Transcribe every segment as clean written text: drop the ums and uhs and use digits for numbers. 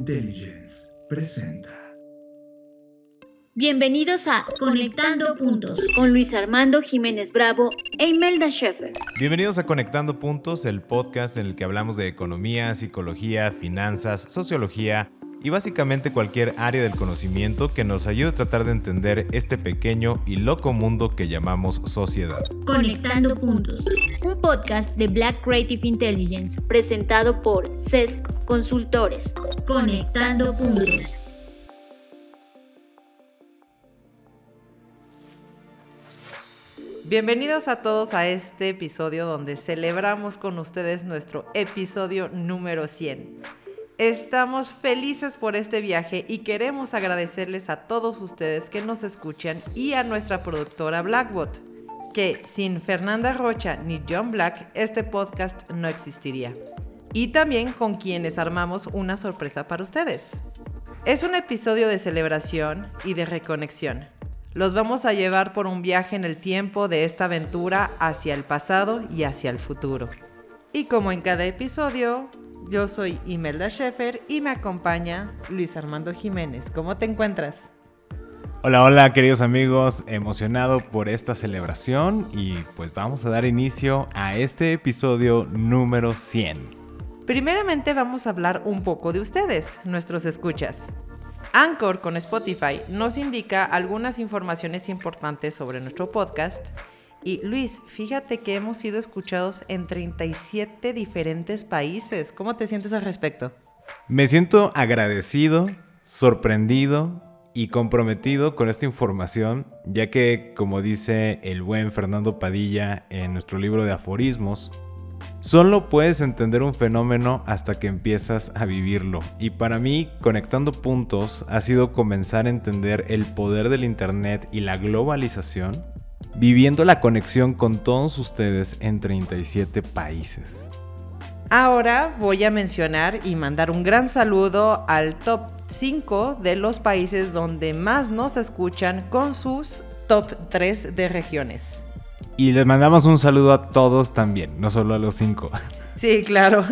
Intelligence presenta. Bienvenidos a Conectando Puntos con Luis Armando Jiménez Bravo e Imelda Schaefer. Bienvenidos a Conectando Puntos, el podcast en el que hablamos de economía, psicología, finanzas, sociología y básicamente cualquier área del conocimiento que nos ayude a tratar de entender este pequeño y loco mundo que llamamos sociedad. Conectando Puntos, un podcast de Black Creative Intelligence presentado por CESC Consultores. Conectando Puntos. Bienvenidos a todos a este episodio donde celebramos con ustedes nuestro episodio número 100. Estamos felices por este viaje y queremos agradecerles a todos ustedes que nos escuchan y a nuestra productora Blackbot, que sin Fernanda Rocha ni John Black este podcast no existiría. Y también con quienes armamos una sorpresa para ustedes. Es un episodio de celebración y de reconexión. Los vamos a llevar por un viaje en el tiempo de esta aventura hacia el pasado y hacia el futuro. Y como en cada episodio, yo soy Imelda Schaefer y me acompaña Luis Armando Jiménez. ¿Cómo te encuentras? Hola queridos amigos, emocionado por esta celebración y pues vamos a dar inicio a este episodio número 100. Primeramente vamos a hablar un poco de ustedes, nuestros escuchas. Anchor con Spotify nos indica algunas informaciones importantes sobre nuestro podcast. Y Luis, fíjate que hemos sido escuchados en 37 diferentes países. ¿Cómo te sientes al respecto? Me siento agradecido, sorprendido y comprometido con esta información, ya que, como dice el buen Fernando Padilla en nuestro libro de aforismos, solo puedes entender un fenómeno hasta que empiezas a vivirlo. Y para mí, Conectando Puntos ha sido comenzar a entender el poder del Internet y la globalización, viviendo la conexión con todos ustedes en 37 países. Ahora voy a mencionar y mandar un gran saludo al top 5 de los países donde más nos escuchan con sus top 3 de regiones. Y les mandamos un saludo a todos también, no solo a los 5. Sí, claro.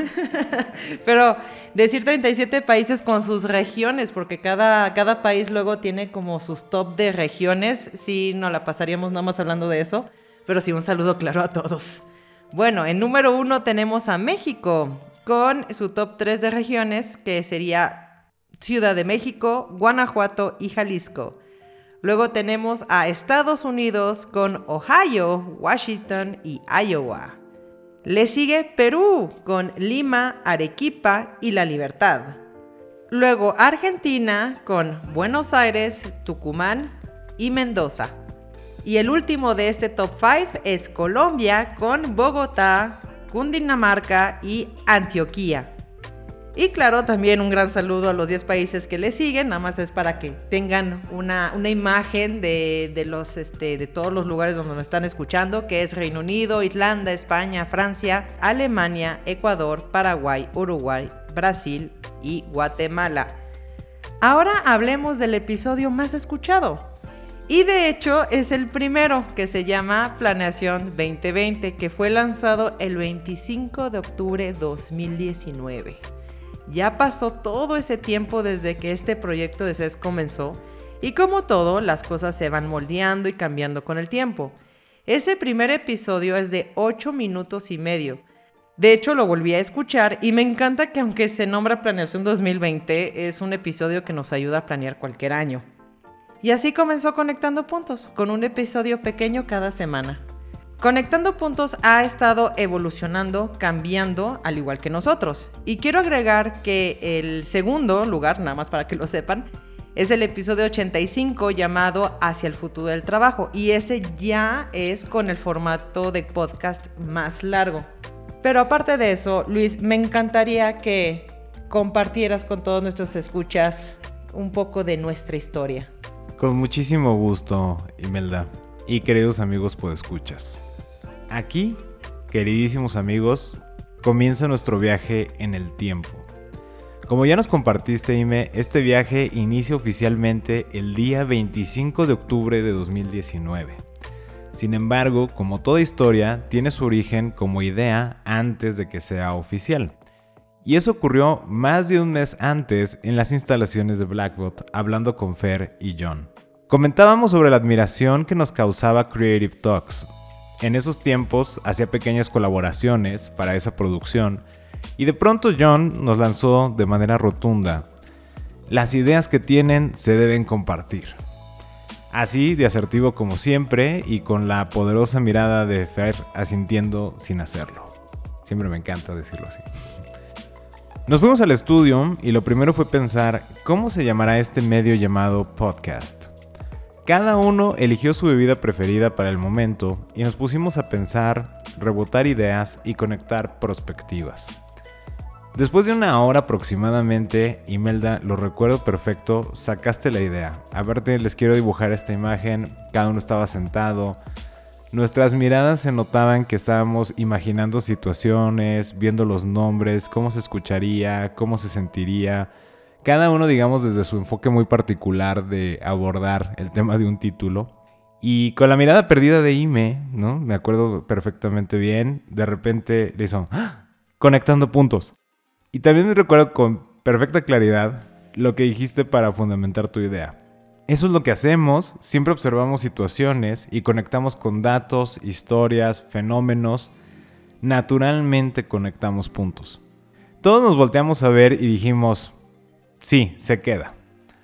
Pero decir 37 países con sus regiones, porque cada país luego tiene como sus top de regiones. Sí, no la pasaríamos nada más hablando de eso, pero sí, un saludo claro a todos. Bueno, en número 1 tenemos a México, con su top 3 de regiones, que sería Ciudad de México, Guanajuato y Jalisco. Luego tenemos a Estados Unidos con Ohio, Washington y Iowa. Le sigue Perú con Lima, Arequipa y La Libertad. Luego Argentina con Buenos Aires, Tucumán y Mendoza. Y el último de este top 5 es Colombia con Bogotá, Cundinamarca y Antioquia. Y claro, también un gran saludo a los 10 países que le siguen, nada más es para que tengan una imagen de todos los lugares donde nos están escuchando, que es Reino Unido, Irlanda, España, Francia, Alemania, Ecuador, Paraguay, Uruguay, Brasil y Guatemala. Ahora hablemos del episodio más escuchado. Y de hecho es el primero, que se llama Planeación 2020, que fue lanzado el 25 de octubre de 2019. Ya pasó todo ese tiempo desde que este proyecto de CESC comenzó y como todo, las cosas se van moldeando y cambiando con el tiempo. Ese primer episodio es de 8 minutos y medio. De hecho, lo volví a escuchar y me encanta que aunque se nombra Planeación 2020, es un episodio que nos ayuda a planear cualquier año. Y así comenzó Conectando Puntos, con un episodio pequeño cada semana. Conectando Puntos ha estado evolucionando, cambiando, al igual que nosotros. Y quiero agregar que el segundo lugar, nada más para que lo sepan, es el episodio 85 llamado Hacia el futuro del trabajo. Y ese ya es con el formato de podcast más largo. Pero aparte de eso, Luis, me encantaría que compartieras con todos nuestros escuchas un poco de nuestra historia. Con muchísimo gusto, Imelda. Y queridos amigos podescuchas. Aquí, queridísimos amigos, comienza nuestro viaje en el tiempo. Como ya nos compartiste, Ime, este viaje inicia oficialmente el día 25 de octubre de 2019. Sin embargo, como toda historia, tiene su origen como idea antes de que sea oficial. Y eso ocurrió más de un mes antes en las instalaciones de Blackbot, hablando con Fer y John. Comentábamos sobre la admiración que nos causaba Creative Talks. En esos tiempos hacía pequeñas colaboraciones para esa producción y de pronto John nos lanzó de manera rotunda: las ideas que tienen se deben compartir. Así de asertivo como siempre y con la poderosa mirada de Fer asintiendo sin hacerlo. Siempre me encanta decirlo así. Nos fuimos al estudio y lo primero fue pensar cómo se llamará este medio llamado podcast. Cada uno eligió su bebida preferida para el momento y nos pusimos a pensar, rebotar ideas y conectar perspectivas. Después de una hora aproximadamente, Imelda, lo recuerdo perfecto, sacaste la idea. A verte, les quiero dibujar esta imagen, cada uno estaba sentado. Nuestras miradas se notaban que estábamos imaginando situaciones, viendo los nombres, cómo se escucharía, cómo se sentiría. Cada uno, digamos, desde su enfoque muy particular de abordar el tema de un título. Y con la mirada perdida de Ime, ¿no? Me acuerdo perfectamente bien, de repente le hizo ¡ah! Conectando puntos. Y también me recuerdo con perfecta claridad lo que dijiste para fundamentar tu idea. Eso es lo que hacemos, siempre observamos situaciones y conectamos con datos, historias, fenómenos. Naturalmente conectamos puntos. Todos nos volteamos a ver y dijimos, sí, se queda.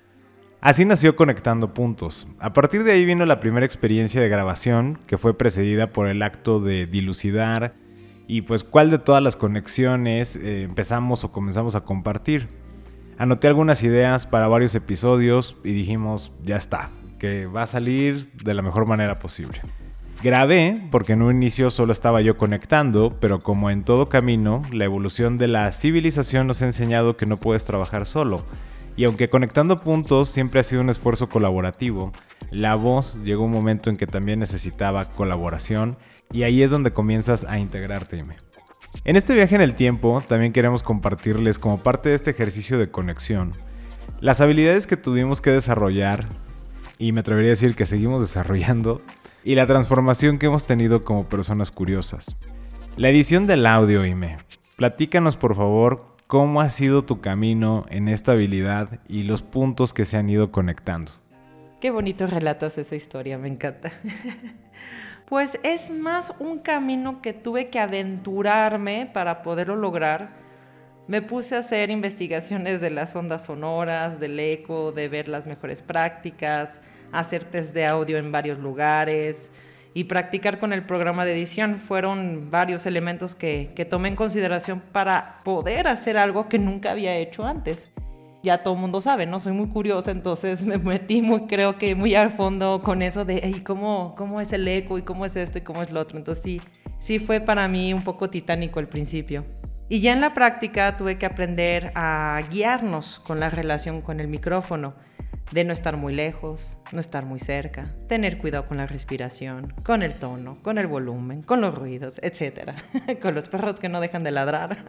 Así nació Conectando Puntos. A partir de ahí vino la primera experiencia de grabación, que fue precedida por el acto de dilucidar y pues cuál de todas las conexiones empezamos o comenzamos a compartir. Anoté algunas ideas para varios episodios y dijimos, ya está, que va a salir de la mejor manera posible. Grabé porque en un inicio solo estaba yo conectando, pero como en todo camino, la evolución de la civilización nos ha enseñado que no puedes trabajar solo. Y aunque Conectando Puntos siempre ha sido un esfuerzo colaborativo, la voz llegó un momento en que también necesitaba colaboración y ahí es donde comienzas a integrarte, Ime. En este viaje en el tiempo también queremos compartirles como parte de este ejercicio de conexión las habilidades que tuvimos que desarrollar y me atrevería a decir que seguimos desarrollando y la transformación que hemos tenido como personas curiosas. La edición del audio, Ime. Platícanos por favor cómo ha sido tu camino en esta habilidad y los puntos que se han ido conectando. Qué bonito relatas esa historia, me encanta. Pues es más un camino que tuve que aventurarme para poderlo lograr. Me puse a hacer investigaciones de las ondas sonoras, del eco, de ver las mejores prácticas, hacer test de audio en varios lugares y practicar con el programa de edición. Fueron varios elementos que tomé en consideración para poder hacer algo que nunca había hecho antes. Ya todo el mundo sabe, ¿no? Soy muy curiosa, entonces me metí creo que muy al fondo con eso de hey, ¿cómo es el eco? ¿Y cómo es esto? ¿Y cómo es lo otro? Entonces sí fue para mí un poco titánico al principio. Y ya en la práctica tuve que aprender a guiarnos con la relación con el micrófono, de no estar muy lejos, no estar muy cerca, tener cuidado con la respiración, con el tono, con el volumen, con los ruidos, etc. Con los perros que no dejan de ladrar.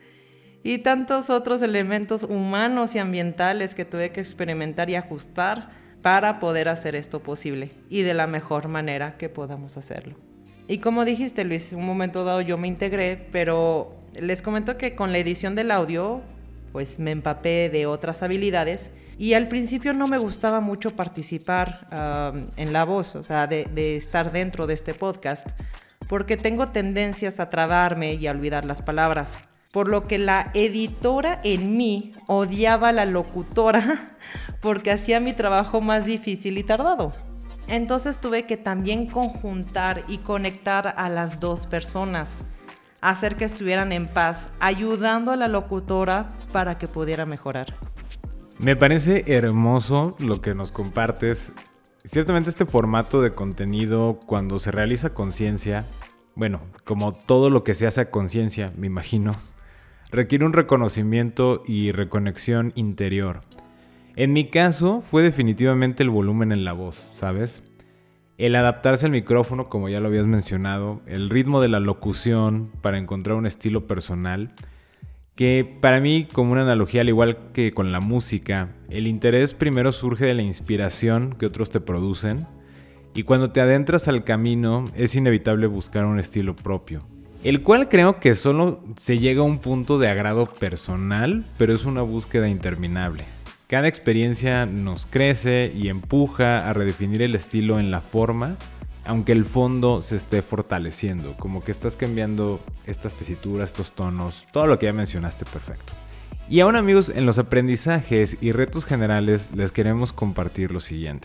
Y tantos otros elementos humanos y ambientales que tuve que experimentar y ajustar para poder hacer esto posible y de la mejor manera que podamos hacerlo. Y como dijiste, Luis, un momento dado yo me integré, pero les comento que con la edición del audio pues me empapé de otras habilidades y al principio no me gustaba mucho participar en la voz, o sea, de estar dentro de este podcast, porque tengo tendencias a trabarme y a olvidar las palabras. Por lo que la editora en mí odiaba a la locutora porque hacía mi trabajo más difícil y tardado. Entonces tuve que también conjuntar y conectar a las dos personas, hacer que estuvieran en paz, ayudando a la locutora para que pudiera mejorar. Me parece hermoso lo que nos compartes. Ciertamente este formato de contenido, cuando se realiza con conciencia, bueno, como todo lo que se hace a conciencia, me imagino, requiere un reconocimiento y reconexión interior. En mi caso, fue definitivamente el volumen en la voz, ¿sabes? El adaptarse al micrófono, como ya lo habías mencionado, el ritmo de la locución para encontrar un estilo personal, que para mí, como una analogía, al igual que con la música, el interés primero surge de la inspiración que otros te producen, y cuando te adentras al camino, es inevitable buscar un estilo propio. el cual creo que solo se llega a un punto de agrado personal, pero es una búsqueda interminable. Cada experiencia nos crece y empuja a redefinir el estilo en la forma, aunque el fondo se esté fortaleciendo, como que estás cambiando estas tesituras, estos tonos, todo lo que ya mencionaste perfecto. Y aún amigos, en los aprendizajes y retos generales les queremos compartir lo siguiente.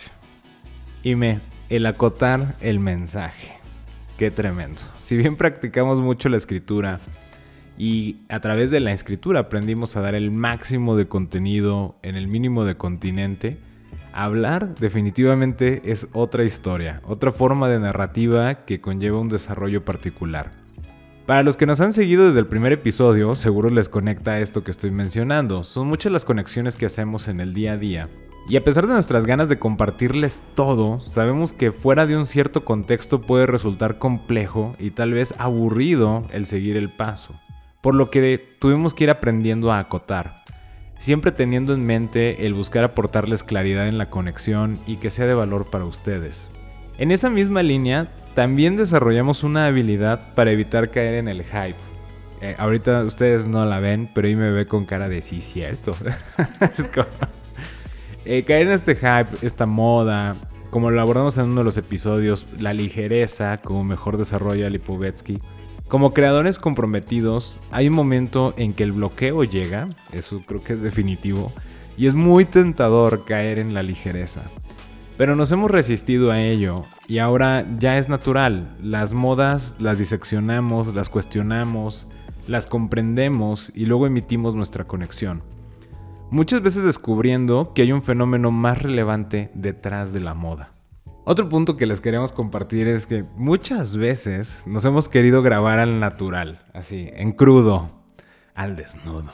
El acotar el mensaje. Qué tremendo. Si bien practicamos mucho la escritura y a través de la escritura aprendimos a dar el máximo de contenido en el mínimo de continente, hablar definitivamente es otra historia, otra forma de narrativa que conlleva un desarrollo particular. Para los que nos han seguido desde el primer episodio, seguro les conecta esto que estoy mencionando. Son muchas las conexiones que hacemos en el día a día. Y a pesar de nuestras ganas de compartirles todo, sabemos que fuera de un cierto contexto puede resultar complejo y tal vez aburrido el seguir el paso. Por lo que tuvimos que ir aprendiendo a acotar, siempre teniendo en mente el buscar aportarles claridad en la conexión y que sea de valor para ustedes. En esa misma línea, también desarrollamos una habilidad para evitar caer en el hype. Ahorita ustedes no la ven, pero ahí me ve con cara de sí, cierto. Es como... caer en este hype, esta moda, como lo abordamos en uno de los episodios, la ligereza, como mejor desarrolla Lipovetsky. Como creadores comprometidos, hay un momento en que el bloqueo llega, eso creo que es definitivo, y es muy tentador caer en la ligereza. Pero nos hemos resistido a ello, y ahora ya es natural. Las modas las diseccionamos, las cuestionamos, las comprendemos y luego emitimos nuestra conexión. Muchas veces descubriendo que hay un fenómeno más relevante detrás de la moda. Otro punto que les queremos compartir es que muchas veces nos hemos querido grabar al natural, así, en crudo, al desnudo.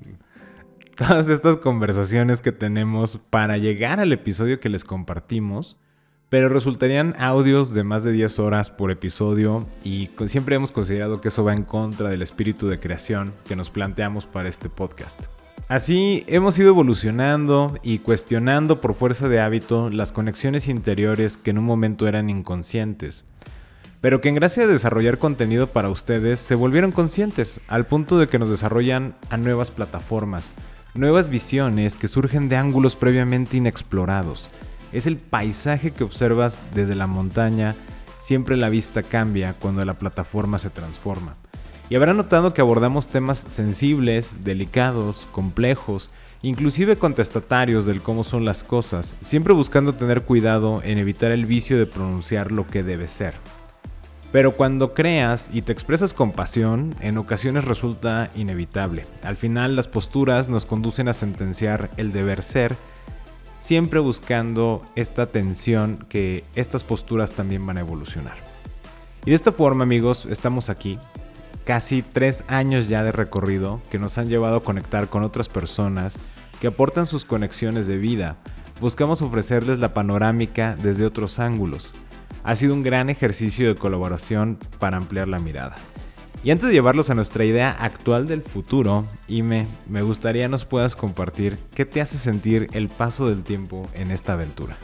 Todas estas conversaciones que tenemos para llegar al episodio que les compartimos, pero resultarían audios de más de 10 horas por episodio y siempre hemos considerado que eso va en contra del espíritu de creación que nos planteamos para este podcast. Así hemos ido evolucionando y cuestionando por fuerza de hábito las conexiones interiores que en un momento eran inconscientes, pero que en gracia de desarrollar contenido para ustedes se volvieron conscientes al punto de que nos desarrollan a nuevas plataformas, nuevas visiones que surgen de ángulos previamente inexplorados. Es el paisaje que observas desde la montaña, siempre la vista cambia cuando la plataforma se transforma. Y habrán notado que abordamos temas sensibles, delicados, complejos, inclusive contestatarios del cómo son las cosas, siempre buscando tener cuidado en evitar el vicio de pronunciar lo que debe ser. Pero cuando creas y te expresas con pasión, en ocasiones resulta inevitable. Al final las posturas nos conducen a sentenciar el deber ser, siempre buscando esta tensión que estas posturas también van a evolucionar. Y de esta forma, amigos, estamos aquí. Casi 3 años ya de recorrido que nos han llevado a conectar con otras personas que aportan sus conexiones de vida. Buscamos ofrecerles la panorámica desde otros ángulos. Ha sido un gran ejercicio de colaboración para ampliar la mirada. Y antes de llevarlos a nuestra idea actual del futuro, me gustaría nos puedas compartir qué te hace sentir el paso del tiempo en esta aventura.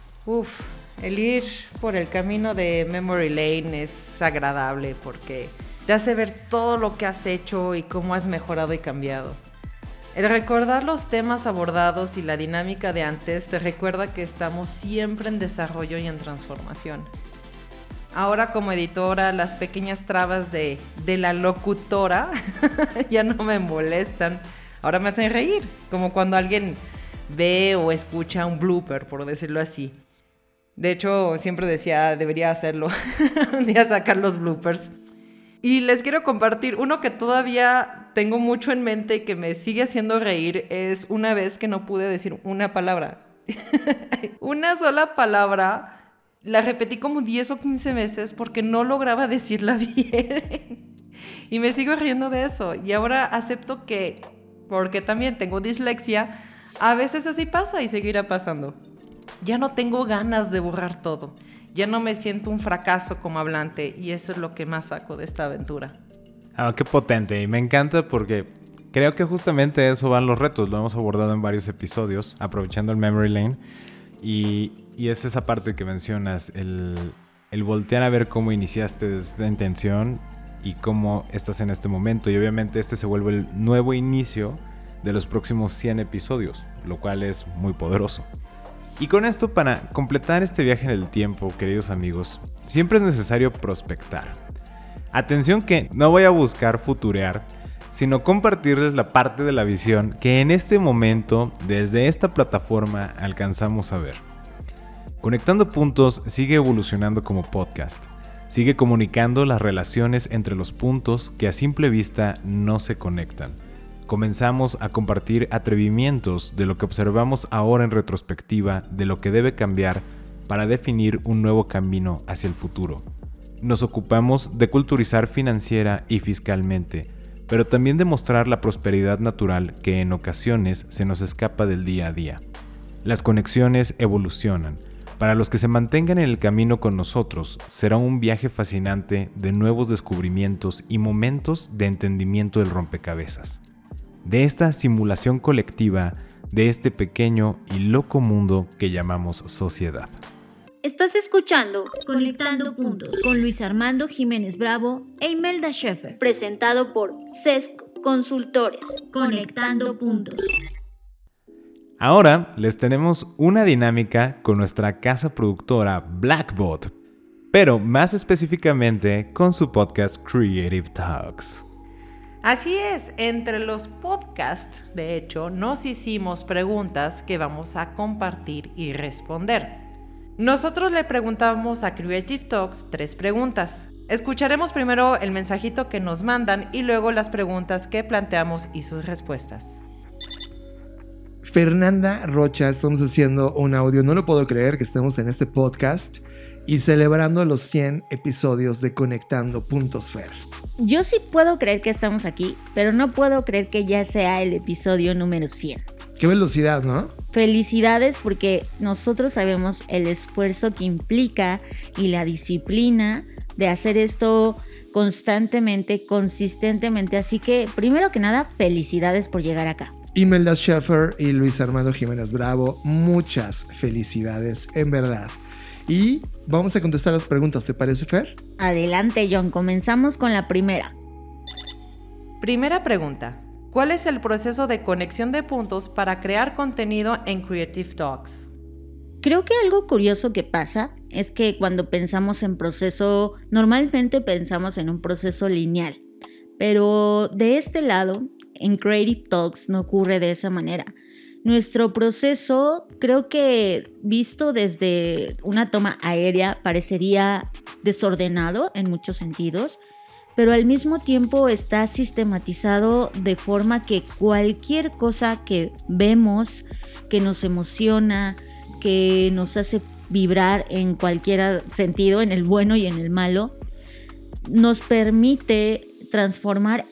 El ir por el camino de Memory Lane es agradable porque te hace ver todo lo que has hecho y cómo has mejorado y cambiado. El recordar los temas abordados y la dinámica de antes te recuerda que estamos siempre en desarrollo y en transformación. Ahora como editora, las pequeñas trabas de la locutora ya no me molestan. Ahora me hacen reír, como cuando alguien ve o escucha un blooper, por decirlo así. De hecho, siempre decía, debería hacerlo, un día sacar los bloopers. Y les quiero compartir uno que todavía tengo mucho en mente y que me sigue haciendo reír. Es una vez que no pude decir una palabra. Una sola palabra. La repetí como 10 o 15 veces porque no lograba decirla bien. Y me sigo riendo de eso. Y ahora acepto que, porque también tengo dislexia, a veces así pasa y seguirá pasando. Ya no tengo ganas de borrar todo. Ya no me siento un fracaso como hablante y eso es lo que más saco de esta aventura. Qué potente, y me encanta porque creo que justamente eso van los retos. Lo hemos abordado en varios episodios, aprovechando el Memory Lane. Y es esa parte que mencionas, el voltear a ver cómo iniciaste desde la intención y cómo estás en este momento. Y obviamente este se vuelve el nuevo inicio de los próximos 100 episodios, lo cual es muy poderoso. Y con esto, para completar este viaje en el tiempo, queridos amigos, siempre es necesario prospectar. Atención que no voy a buscar futurear, sino compartirles la parte de la visión que en este momento, desde esta plataforma, alcanzamos a ver. Conectando Puntos sigue evolucionando como podcast. Sigue comunicando las relaciones entre los puntos que a simple vista no se conectan. Comenzamos a compartir atrevimientos de lo que observamos ahora en retrospectiva de lo que debe cambiar para definir un nuevo camino hacia el futuro. Nos ocupamos de culturizar financiera y fiscalmente, pero también de mostrar la prosperidad natural que en ocasiones se nos escapa del día a día. Las conexiones evolucionan. Para los que se mantengan en el camino con nosotros, será un viaje fascinante de nuevos descubrimientos y momentos de entendimiento del rompecabezas. De esta simulación colectiva, de este pequeño y loco mundo que llamamos sociedad. Estás escuchando Conectando Puntos con Luis Armando Jiménez Bravo e Imelda Schaefer, presentado por CESC Consultores. Conectando Puntos. Ahora les tenemos una dinámica con nuestra casa productora Blackbot, pero más específicamente con su podcast Creative Talks. Así es, entre los podcasts, de hecho, nos hicimos preguntas que vamos a compartir y responder. Nosotros le preguntamos a Creative Talks 3 preguntas. Escucharemos primero el mensajito que nos mandan y luego las preguntas que planteamos y sus respuestas. Fernanda Rocha, estamos haciendo un audio, no lo puedo creer que estemos en este podcast y celebrando los 100 episodios de Conectando Puntos, Fer. Yo sí puedo creer que estamos aquí, pero no puedo creer que ya sea el episodio número 100. Qué velocidad, ¿no? Felicidades, porque nosotros sabemos el esfuerzo que implica y la disciplina de hacer esto constantemente, consistentemente. Así que, primero que nada, felicidades por llegar acá. Imelda Schaefer y Luis Armando Jiménez Bravo, muchas felicidades, en verdad. Y vamos a contestar las preguntas, ¿te parece, Fer? Adelante, John, comenzamos con la primera. Primera pregunta. ¿Cuál es el proceso de conexión de puntos para crear contenido en Creative Talks? Creo que algo curioso que pasa es que cuando pensamos en proceso, normalmente pensamos en un proceso lineal. Pero de este lado, en Creative Talks no ocurre de esa manera. Nuestro proceso, creo que visto desde una toma aérea, parecería desordenado en muchos sentidos, pero al mismo tiempo está sistematizado de forma que cualquier cosa que vemos, que nos emociona, que nos hace vibrar en cualquier sentido, en el bueno y en el malo, nos permite transformar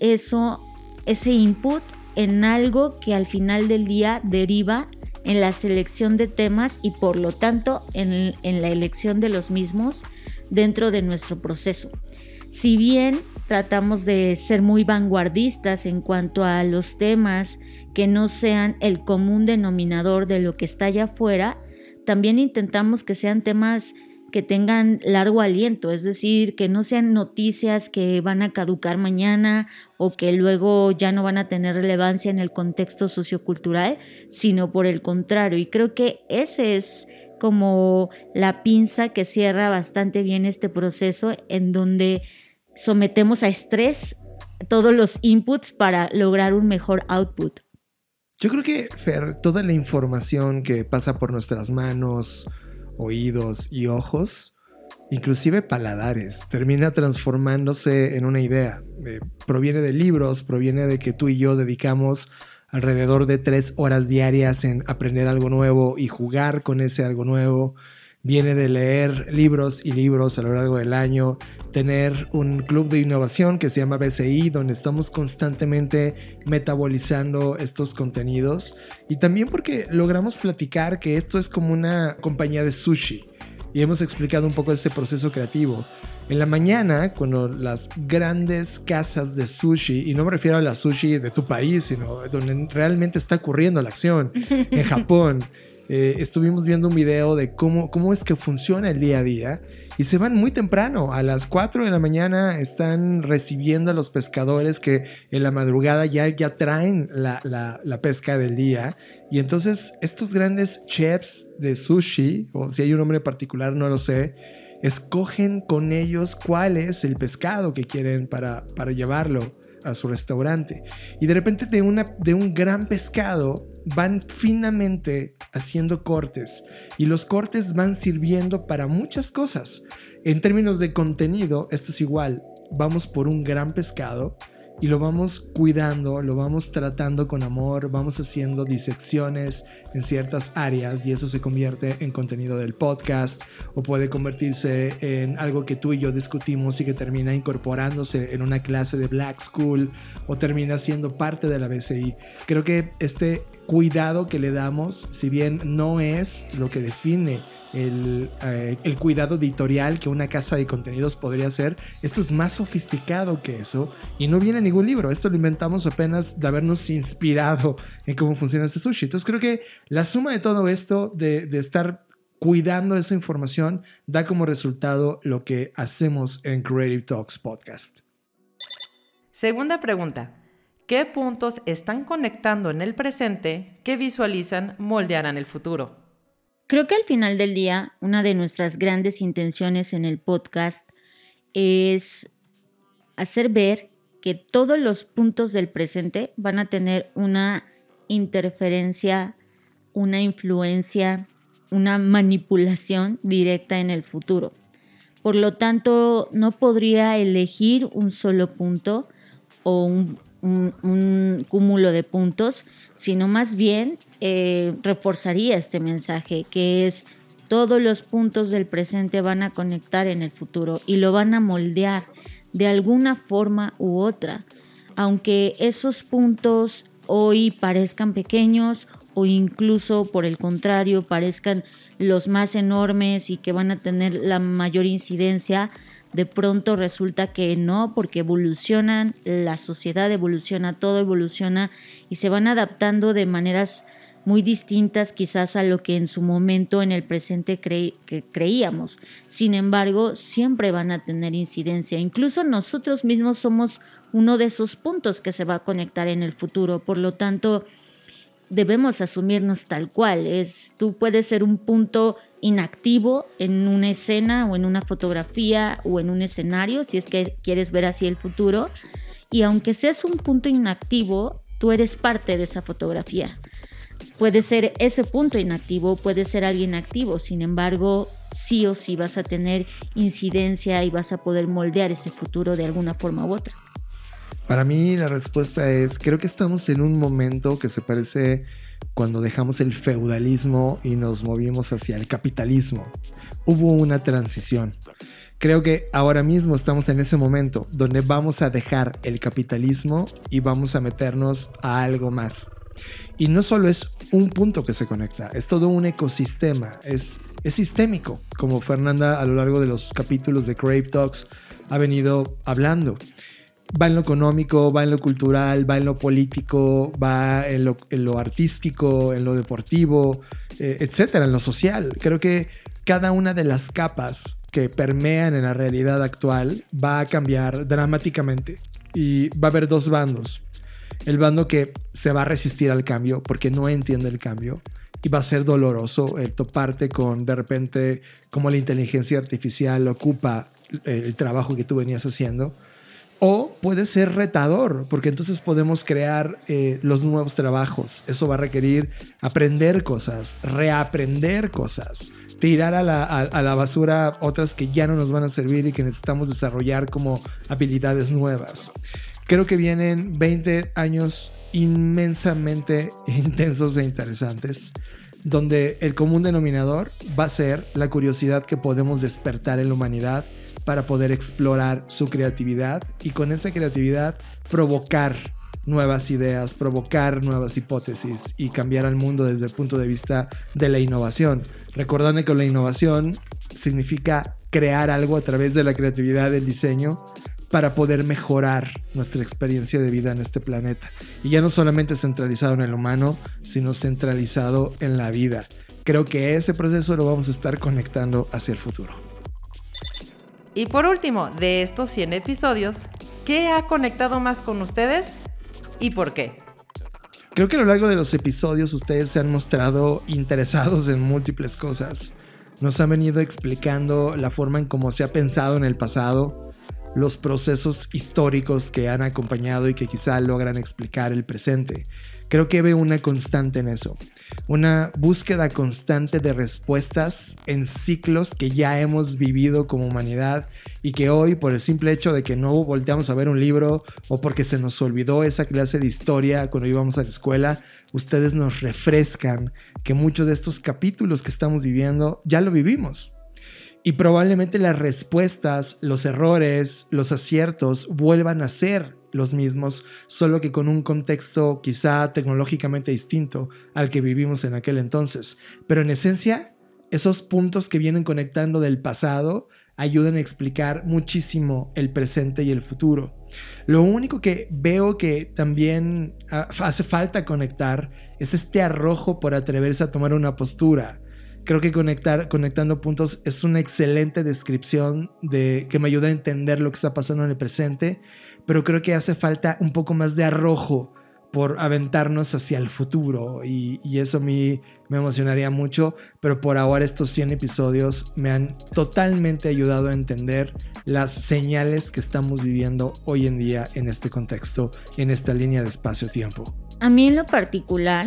ese input en algo que al final del día deriva en la selección de temas y por lo tanto en la elección de los mismos dentro de nuestro proceso. Si bien tratamos de ser muy vanguardistas en cuanto a los temas que no sean el común denominador de lo que está allá afuera, también intentamos que sean temas que tengan largo aliento, es decir, que no sean noticias que van a caducar mañana o que luego ya no van a tener relevancia en el contexto sociocultural, sino por el contrario. Y creo que ese es como la pinza que cierra bastante bien este proceso, en donde sometemos a estrés todos los inputs para lograr un mejor output. Yo creo que, Fer, toda la información que pasa por nuestras manos, oídos y ojos, inclusive paladares, termina transformándose en una idea. Proviene de libros, proviene de que tú y yo dedicamos alrededor de 3 horas diarias en aprender algo nuevo y jugar con ese algo nuevo. Viene de leer libros y libros a lo largo del año, tener un club de innovación que se llama BCI, donde estamos constantemente metabolizando estos contenidos, y también porque logramos platicar que esto es como una compañía de sushi y hemos explicado un poco ese proceso creativo. En la mañana, cuando las grandes casas de sushi, y no me refiero a la sushi de tu país, sino donde realmente está ocurriendo la acción, en Japón, estuvimos viendo un video de cómo es que funciona el día a día, y se van muy temprano. A las 4 de la mañana están recibiendo a los pescadores que en la madrugada ya traen la pesca del día. Y entonces estos grandes chefs de sushi, o si hay un nombre particular no lo sé, escogen con ellos cuál es el pescado que quieren para llevarlo a su restaurante. Y de repente de un gran pescado van finamente haciendo cortes, y los cortes van sirviendo para muchas cosas. En términos de contenido, esto es igual. Vamos por un gran pescado y lo vamos cuidando, lo vamos tratando con amor, vamos haciendo disecciones en ciertas áreas, y eso se convierte en contenido del podcast, o puede convertirse en algo que tú y yo discutimos y que termina incorporándose en una clase de Black School, o termina siendo parte de la BCI. Creo que este cuidado que le damos, si bien no es lo que define el cuidado editorial que una casa de contenidos podría hacer, esto es más sofisticado que eso, y no viene en ningún libro. Esto lo inventamos apenas de habernos inspirado en cómo funciona este sushi. Entonces creo que la suma de todo esto, de estar cuidando esa información, da como resultado lo que hacemos en Creative Talks Podcast. Segunda pregunta. ¿Qué puntos están conectando en el presente que visualizan moldearán el futuro? Creo que al final del día, una de nuestras grandes intenciones en el podcast es hacer ver que todos los puntos del presente van a tener una interferencia, una influencia, una manipulación directa en el futuro. Por lo tanto, no podría elegir un solo punto o un cúmulo de puntos, sino más bien reforzaría este mensaje, que es: todos los puntos del presente van a conectar en el futuro y lo van a moldear de alguna forma u otra, aunque esos puntos hoy parezcan pequeños o incluso por el contrario parezcan los más enormes y que van a tener la mayor incidencia. De pronto resulta que no, porque evolucionan, la sociedad evoluciona, todo evoluciona y se van adaptando de maneras muy distintas quizás a lo que en su momento en el presente creíamos. Sin embargo, siempre van a tener incidencia. Incluso nosotros mismos somos uno de esos puntos que se va a conectar en el futuro. Por lo tanto, debemos asumirnos tal cual. Tú puedes ser un punto inactivo en una escena o en una fotografía o en un escenario, si es que quieres ver así el futuro. Y aunque seas un punto inactivo, tú eres parte de esa fotografía. Puede ser ese punto inactivo, puede ser alguien activo, sin embargo, sí o sí vas a tener incidencia y vas a poder moldear ese futuro de alguna forma u otra. Para mí la respuesta es, creo que estamos en un momento que se parece cuando dejamos el feudalismo y nos movimos hacia el capitalismo. Hubo una transición. Creo que ahora mismo estamos en ese momento donde vamos a dejar el capitalismo y vamos a meternos a algo más. Y no solo es un punto que se conecta, es todo un ecosistema, es sistémico, como Fernanda a lo largo de los capítulos de Creative Talks ha venido hablando. Va en lo económico, va en lo cultural, va en lo político, va en lo artístico, en lo deportivo, etcétera, en lo social. Creo que cada una de las capas que permean en la realidad actual va a cambiar dramáticamente y va a haber dos bandos. El bando que se va a resistir al cambio porque no entiende el cambio y va a ser doloroso el toparte con de repente cómo la inteligencia artificial ocupa el trabajo que tú venías haciendo. O puede ser retador, porque entonces podemos crear los nuevos trabajos. Eso va a requerir aprender cosas, reaprender cosas, tirar a la basura otras que ya no nos van a servir y que necesitamos desarrollar como habilidades nuevas. Creo que vienen 20 años inmensamente intensos e interesantes, donde el común denominador va a ser la curiosidad que podemos despertar en la humanidad para poder explorar su creatividad y con esa creatividad provocar nuevas ideas, provocar nuevas hipótesis y cambiar al mundo desde el punto de vista de la innovación. Recordando que la innovación significa crear algo a través de la creatividad del diseño para poder mejorar nuestra experiencia de vida en este planeta. Y ya no solamente centralizado en el humano, sino centralizado en la vida. Creo que ese proceso lo vamos a estar conectando hacia el futuro. Y por último, de estos 100 episodios, ¿qué ha conectado más con ustedes y por qué? Creo que a lo largo de los episodios ustedes se han mostrado interesados en múltiples cosas. Nos han venido explicando la forma en cómo se ha pensado en el pasado, los procesos históricos que han acompañado y que quizá logran explicar el presente. Creo que veo una constante en eso, una búsqueda constante de respuestas en ciclos que ya hemos vivido como humanidad y que hoy, por el simple hecho de que no volteamos a ver un libro o porque se nos olvidó esa clase de historia cuando íbamos a la escuela, ustedes nos refrescan que muchos de estos capítulos que estamos viviendo ya lo vivimos. Y probablemente las respuestas, los errores, los aciertos vuelvan a ser los mismos, solo que con un contexto quizá tecnológicamente distinto al que vivimos en aquel entonces. Pero en esencia, esos puntos que vienen conectando del pasado ayudan a explicar muchísimo el presente y el futuro. Lo único que veo que también hace falta conectar es este arrojo por atreverse a tomar una postura. Creo que conectando puntos es una excelente descripción que me ayuda a entender lo que está pasando en el presente, pero creo que hace falta un poco más de arrojo por aventarnos hacia el futuro y eso a mí me emocionaría mucho, pero por ahora estos 100 episodios me han totalmente ayudado a entender las señales que estamos viviendo hoy en día en este contexto, en esta línea de espacio-tiempo. A mí en lo particular,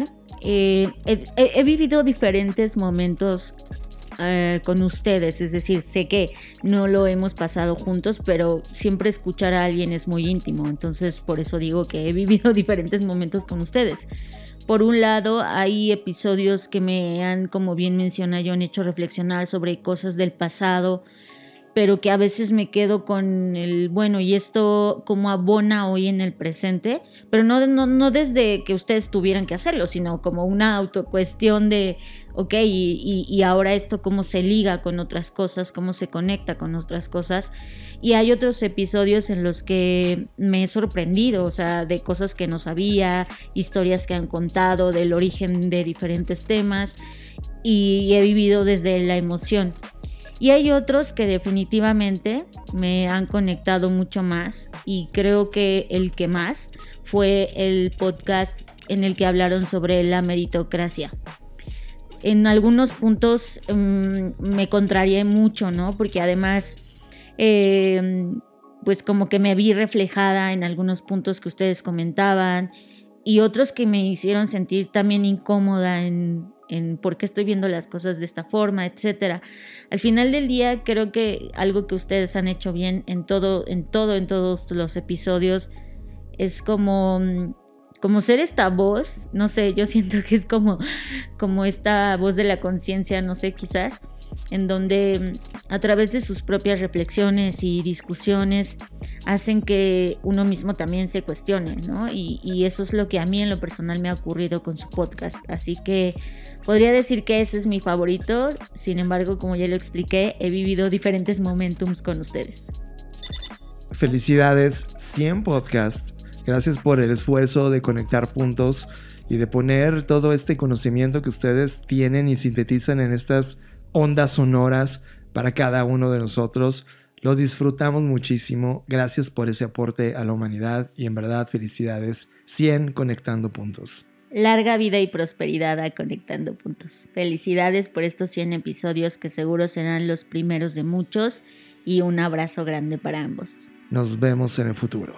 he vivido diferentes momentos con ustedes, es decir, sé que no lo hemos pasado juntos, pero siempre escuchar a alguien es muy íntimo, entonces por eso digo que he vivido diferentes momentos con ustedes. Por un lado, hay episodios que me han, como bien menciona John, hecho reflexionar sobre cosas del pasado, pero que a veces me quedo con el, bueno, ¿y esto cómo abona hoy en el presente? Pero no desde que ustedes tuvieran que hacerlo, sino como una autocuestión de, ok, y ahora esto cómo se liga con otras cosas, cómo se conecta con otras cosas. Y hay otros episodios en los que me he sorprendido, o sea, de cosas que no sabía, historias que han contado, del origen de diferentes temas, y he vivido desde la emoción. Y hay otros que definitivamente me han conectado mucho más y creo que el que más fue el podcast en el que hablaron sobre la meritocracia. En algunos puntos me contrarié mucho, ¿no? Porque además, pues como que me vi reflejada en algunos puntos que ustedes comentaban y otros que me hicieron sentir también incómoda en por qué estoy viendo las cosas de esta forma, etcétera. Al final del día creo que algo que ustedes han hecho bien en todos los episodios es como ser esta voz, no sé, yo siento que es como esta voz de la conciencia, no sé, quizás, en donde a través de sus propias reflexiones y discusiones hacen que uno mismo también se cuestione, ¿no? Y eso es lo que a mí en lo personal me ha ocurrido con su podcast, así que podría decir que ese es mi favorito. Sin embargo, como ya lo expliqué, he vivido diferentes momentums con ustedes. Felicidades, 100 podcasts. Gracias por el esfuerzo de conectar puntos y de poner todo este conocimiento que ustedes tienen y sintetizan en estas ondas sonoras para cada uno de nosotros. Lo disfrutamos muchísimo. Gracias por ese aporte a la humanidad y en verdad felicidades. 100 conectando puntos. Larga vida y prosperidad a Conectando Puntos. Felicidades por estos 100 episodios que seguro serán los primeros de muchos y un abrazo grande para ambos. Nos vemos en el futuro.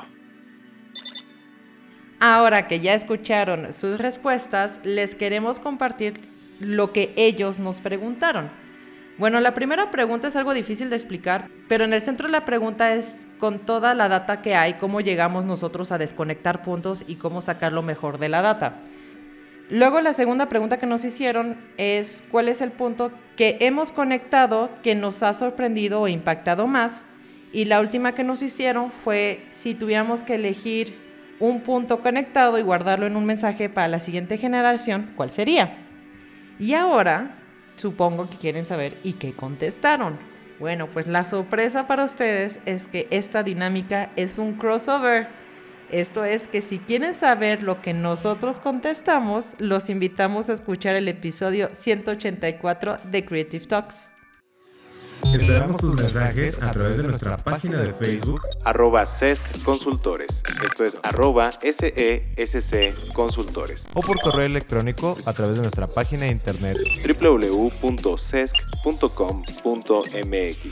Ahora que ya escucharon sus respuestas, les queremos compartir lo que ellos nos preguntaron. Bueno, la primera pregunta es algo difícil de explicar, pero en el centro de la pregunta es, con toda la data que hay, ¿cómo llegamos nosotros a desconectar puntos y cómo sacar lo mejor de la data? Luego la segunda pregunta que nos hicieron es, ¿cuál es el punto que hemos conectado que nos ha sorprendido o impactado más? Y la última que nos hicieron fue, si tuviéramos que elegir un punto conectado y guardarlo en un mensaje para la siguiente generación, ¿cuál sería? Y ahora, supongo que quieren saber ¿y qué contestaron? Bueno, pues la sorpresa para ustedes es que esta dinámica es un crossover. Esto es que si quieren saber lo que nosotros contestamos, los invitamos a escuchar el episodio 184 de Creative Talks. Esperamos tus mensajes a través de nuestra página de Facebook @SESC Consultores. Esto es @SESC Consultores. O por correo electrónico a través de nuestra página de internet www.sesc.com.mx.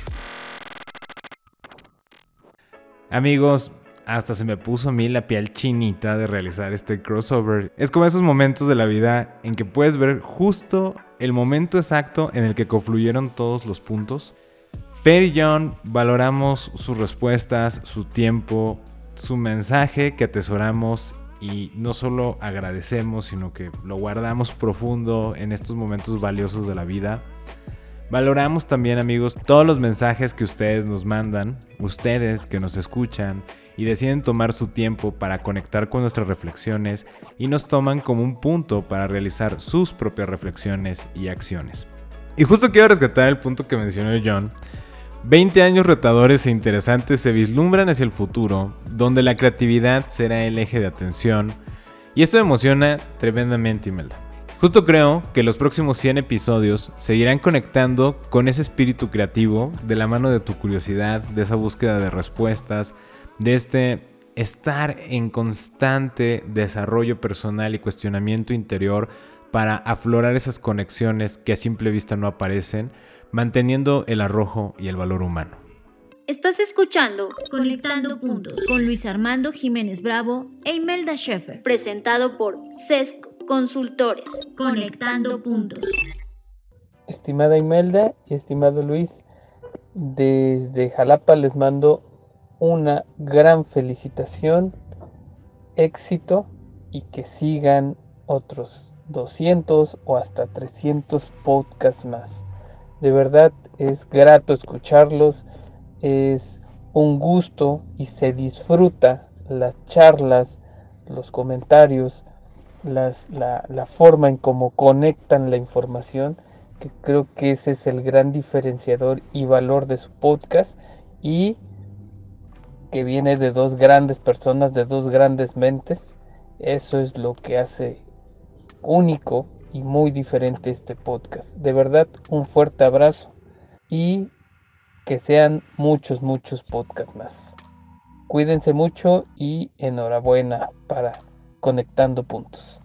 Amigos, hasta se me puso a mí la piel chinita de realizar este crossover. Es como esos momentos de la vida en que puedes ver justo el momento exacto en el que confluyeron todos los puntos. Fer y John valoramos sus respuestas, su tiempo, su mensaje que atesoramos y no solo agradecemos, sino que lo guardamos profundo en estos momentos valiosos de la vida. Valoramos también, amigos, todos los mensajes que ustedes nos mandan, ustedes que nos escuchan y deciden tomar su tiempo para conectar con nuestras reflexiones y nos toman como un punto para realizar sus propias reflexiones y acciones. Y justo quiero rescatar el punto que mencionó John. 20 años retadores e interesantes se vislumbran hacia el futuro, donde la creatividad será el eje de atención, y esto me emociona tremendamente, Imelda. Justo creo que los próximos 100 episodios seguirán conectando con ese espíritu creativo de la mano de tu curiosidad, de esa búsqueda de respuestas, de este estar en constante desarrollo personal y cuestionamiento interior para aflorar esas conexiones que a simple vista no aparecen, manteniendo el arrojo y el valor humano. Estás escuchando Conectando Puntos con Luis Armando Jiménez Bravo e Imelda Schaeffer, presentado por SESC Consultores. Conectando Puntos. Estimada Imelda y estimado Luis, desde Jalapa les mando una gran felicitación, éxito y que sigan otros 200 o hasta 300 podcasts más. De verdad es grato escucharlos, es un gusto y se disfruta las charlas, los comentarios, la forma en cómo conectan la información, que creo que ese es el gran diferenciador y valor de su podcast y que viene de dos grandes personas, de dos grandes mentes. Eso es lo que hace único y muy diferente este podcast. De verdad, un fuerte abrazo y que sean muchos podcasts más. Cuídense mucho y enhorabuena para Conectando Puntos.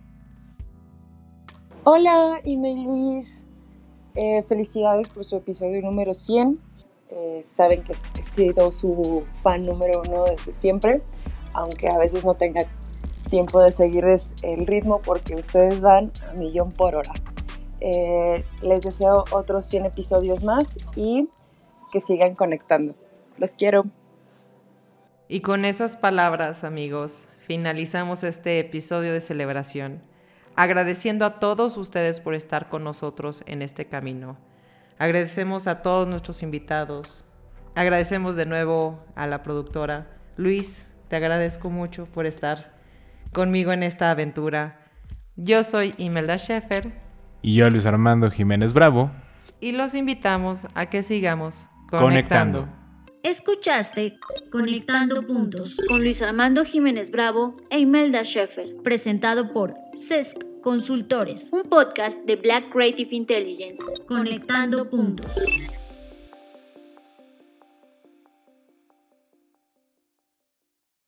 Hola, Ime y Luis. Felicidades por su episodio número 100. Saben que he sido su fan número 1 desde siempre, aunque a veces no tenga tiempo de seguirles el ritmo porque ustedes van a 1,000,000 por hora. Les deseo otros 100 episodios más y que sigan conectando. Los quiero. Y con esas palabras, amigos, finalizamos este episodio de celebración, agradeciendo a todos ustedes por estar con nosotros en este camino. Agradecemos a todos nuestros invitados. Agradecemos de nuevo a la productora. Luis, te agradezco mucho por estar conmigo en esta aventura. Yo soy Imelda Schaeffer. Y yo, Luis Armando Jiménez Bravo. Y los invitamos a que sigamos Conectando. Escuchaste Conectando Puntos con Luis Armando Jiménez Bravo e Imelda Schaeffer, presentado por SESC Consultores, un podcast de Black Creative Intelligence. Conectando Puntos.